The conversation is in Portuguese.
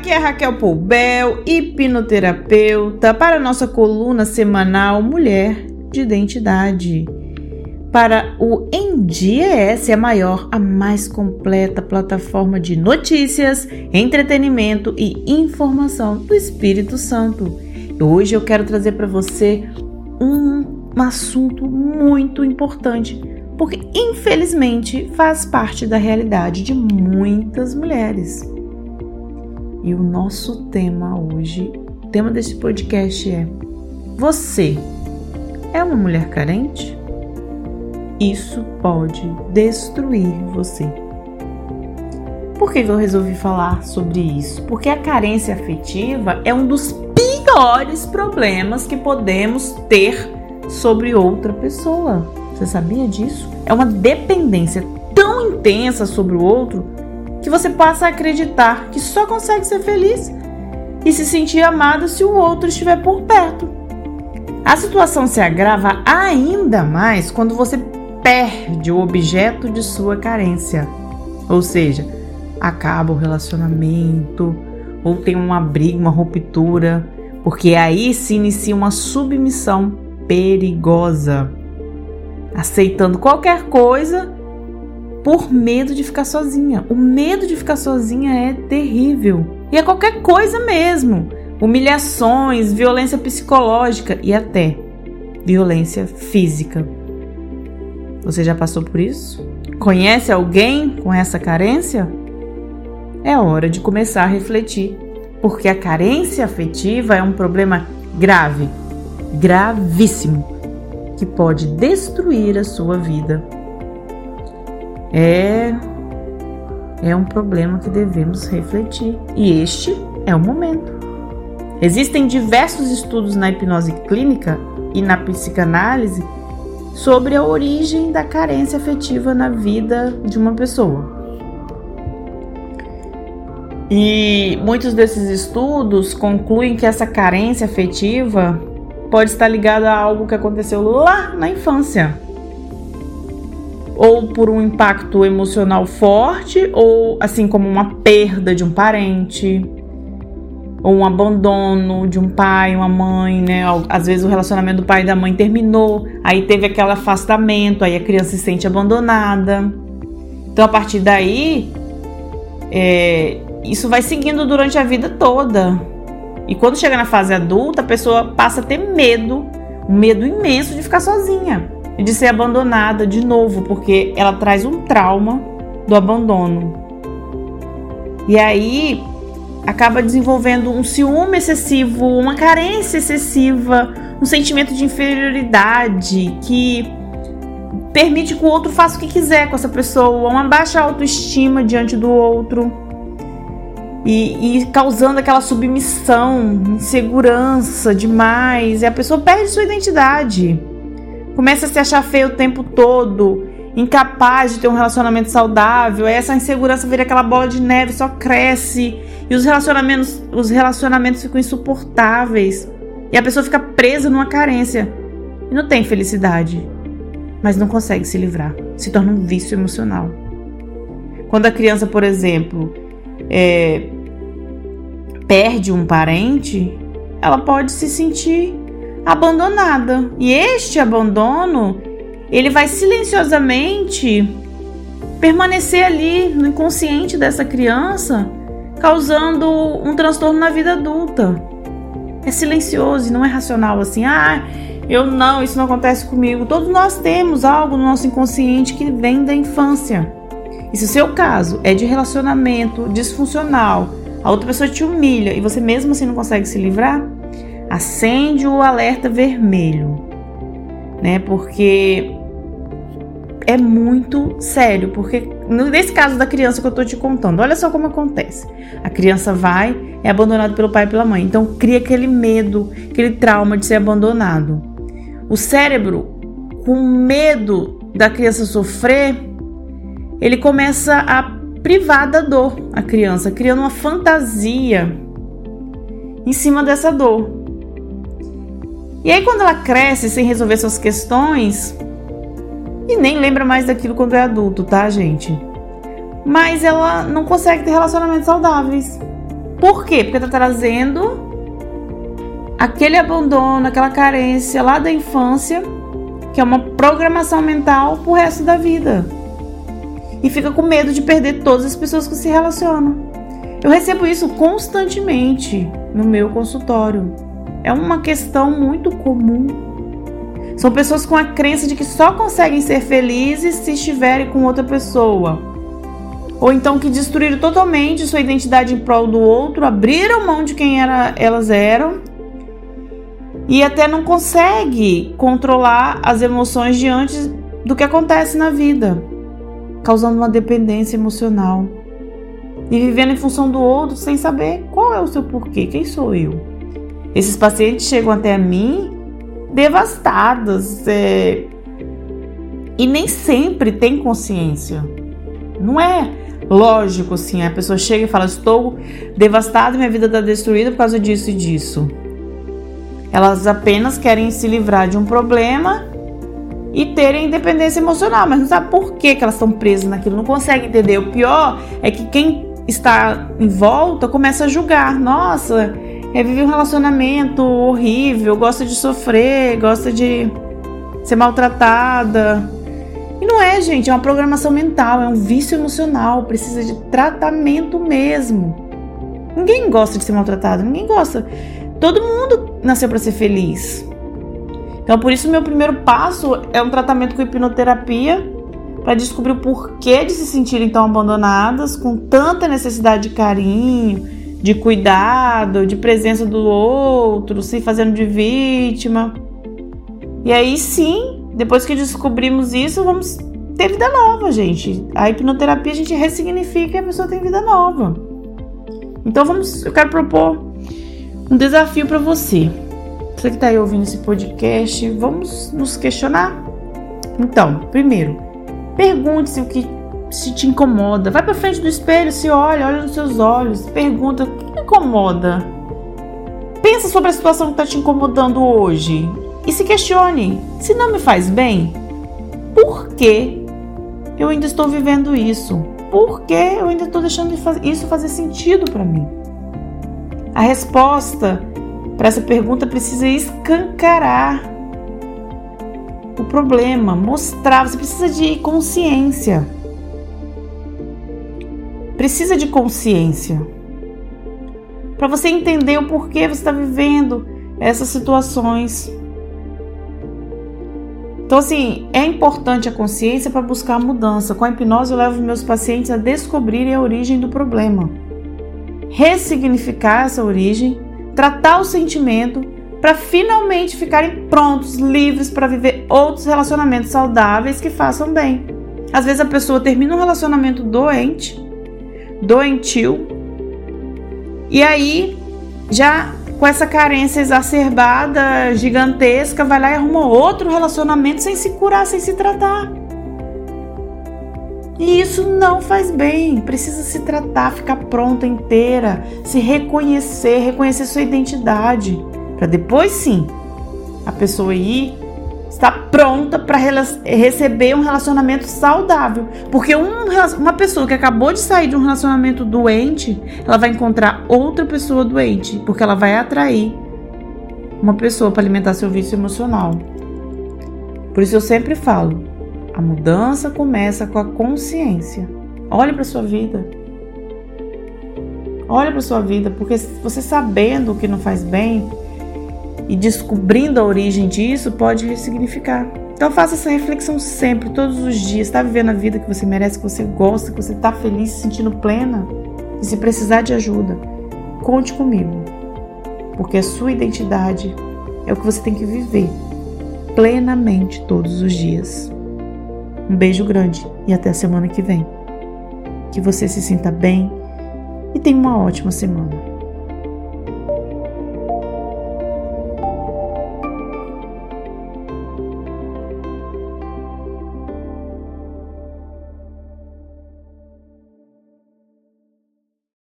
Aqui é Raquel Poubel, hipnoterapeuta, para a nossa coluna semanal Mulher de Identidade. Para o EnDias, a maior, a mais completa plataforma de notícias, entretenimento e informação do Espírito Santo. Hoje eu quero trazer para você um assunto muito importante, porque infelizmente faz parte da realidade de muitas mulheres. E o nosso tema hoje, o tema desse podcast é: você é uma mulher carente? Isso pode destruir você. Por que eu resolvi falar sobre isso? Porque a carência afetiva é um dos piores problemas que podemos ter sobre outra pessoa. Você sabia disso? É uma dependência tão intensa sobre o outro que você passa a acreditar que só consegue ser feliz e se sentir amado se o outro estiver por perto. A situação se agrava ainda mais quando você perde o objeto de sua carência. Ou seja, acaba o relacionamento ou tem uma briga, uma ruptura, porque aí se inicia uma submissão perigosa, aceitando qualquer coisa por medo de ficar sozinha. O medo de ficar sozinha é terrível. E é qualquer coisa mesmo. Humilhações, violência psicológica e até violência física. Você já passou por isso? Conhece alguém com essa carência? É hora de começar a refletir, porque a carência afetiva é um problema grave, gravíssimo, que pode destruir a sua vida. É um problema que devemos refletir, e este é o momento. Existem diversos estudos na hipnose clínica e na psicanálise sobre a origem da carência afetiva na vida de uma pessoa. E muitos desses estudos concluem que essa carência afetiva pode estar ligada a algo que aconteceu lá na infância, ou por um impacto emocional forte, ou assim como uma perda de um parente, ou um abandono de um pai, uma mãe, né? Às vezes o relacionamento do pai e da mãe terminou, aí teve aquele afastamento, aí a criança se sente abandonada. Então, a partir daí, isso vai seguindo durante a vida toda. E quando chega na fase adulta, a pessoa passa a ter medo, um medo imenso de ficar sozinha e de ser abandonada de novo, porque ela traz um trauma do abandono. E aí acaba desenvolvendo um ciúme excessivo, uma carência excessiva, um sentimento de inferioridade que permite que o outro faça o que quiser com essa pessoa, uma baixa autoestima diante do outro e causando aquela submissão, insegurança demais, e a pessoa perde sua identidade, começa a se achar feia o tempo todo, incapaz de ter um relacionamento saudável. Essa insegurança vira aquela bola de neve, só cresce, e os relacionamentos ficam insuportáveis, e a pessoa fica presa numa carência e não tem felicidade, mas não consegue se livrar, se torna um vício emocional. Quando a criança, por exemplo, perde um parente, ela pode se sentir abandonada, e este abandono ele vai silenciosamente permanecer ali no inconsciente dessa criança, causando um transtorno na vida adulta. É silencioso e não é racional assim. Isso não acontece comigo. Todos nós temos algo no nosso inconsciente que vem da infância. E se o seu caso é de relacionamento disfuncional, a outra pessoa te humilha e você mesmo assim não consegue se livrar, acende o alerta vermelho, né? Porque é muito sério, porque nesse caso da criança que eu tô te contando, olha só como acontece. A criança é abandonada pelo pai e pela mãe, então cria aquele medo, aquele trauma de ser abandonado. O cérebro, com medo da criança sofrer, ele começa a privar da dor a criança, criando uma fantasia em cima dessa dor. E aí quando ela cresce sem resolver suas questões, e nem lembra mais daquilo quando é adulto, tá, gente? Mas ela não consegue ter relacionamentos saudáveis, Por quê? Porque tá trazendo aquele abandono, aquela carência lá da infância, que é uma programação mental pro resto da vida. E fica com medo de perder todas as pessoas que se relacionam. Eu recebo isso constantemente no meu consultório. É uma questão muito comum. São pessoas com a crença de que só conseguem ser felizes se estiverem com outra pessoa. Ou então que destruíram totalmente sua identidade em prol do outro, abriram mão de quem elas eram e até não consegue controlar as emoções diante do que acontece na vida, causando uma dependência emocional e vivendo em função do outro sem saber qual é o seu porquê, quem sou eu. Esses pacientes chegam até a mim devastadas e nem sempre tem consciência. Não é lógico assim, a pessoa chega e fala: estou devastada, minha vida está destruída por causa disso e disso. Elas apenas querem se livrar de um problema e terem independência emocional, mas não sabe por que elas estão presas naquilo, não consegue entender. O pior é que quem está em volta começa a julgar. Nossa, vive um relacionamento horrível, gosta de sofrer, gosta de ser maltratada. E não é, gente, é uma programação mental, é um vício emocional, precisa de tratamento mesmo. Ninguém gosta de ser maltratado, ninguém gosta. Todo mundo nasceu para ser feliz. Então, por isso, meu primeiro passo é um tratamento com hipnoterapia, para descobrir o porquê de se sentirem tão abandonadas, com tanta necessidade de carinho, de cuidado, de presença do outro, se fazendo de vítima. E aí sim, depois que descobrimos isso, vamos ter vida nova, gente. A hipnoterapia a gente ressignifica e a pessoa tem vida nova. Então eu quero propor um desafio para você. Você que está aí ouvindo esse podcast, vamos nos questionar? Então, primeiro, pergunte-se o que se te incomoda. Vai para frente do espelho, se olha nos seus olhos, pergunta: o que me incomoda? Pensa sobre a situação que está te incomodando hoje e se questione: se não me faz bem, por que eu ainda estou vivendo isso? Por que eu ainda estou deixando isso fazer sentido para mim? A resposta para essa pergunta precisa escancarar o problema, mostrar. Você precisa de consciência. Precisa de consciência para você entender o porquê você está vivendo essas situações. Então, assim, é importante a consciência para buscar a mudança. Com a hipnose, eu levo meus pacientes a descobrirem a origem do problema, ressignificar essa origem, tratar o sentimento para finalmente ficarem prontos, livres para viver outros relacionamentos saudáveis que façam bem. Às vezes a pessoa termina um relacionamento doentio, e aí já com essa carência exacerbada, gigantesca, vai lá e arruma outro relacionamento sem se curar, sem se tratar. E isso não faz bem. Precisa se tratar, ficar pronta, inteira, se reconhecer sua identidade, para depois sim a pessoa estar pronta para receber um relacionamento saudável. Porque uma pessoa que acabou de sair de um relacionamento doente, ela vai encontrar outra pessoa doente, porque ela vai atrair uma pessoa para alimentar seu vício emocional. Por isso eu sempre falo: a mudança começa com a consciência. Olhe para sua vida. Olhe para sua vida, porque você sabendo o que não faz bem e descobrindo a origem disso, pode ressignificar. Então faça essa reflexão sempre, todos os dias. Está vivendo a vida que você merece, que você gosta, que você está feliz, se sentindo plena? E se precisar de ajuda, conte comigo. Porque a sua identidade é o que você tem que viver plenamente todos os dias. Um beijo grande e até a semana que vem. Que você se sinta bem e tenha uma ótima semana.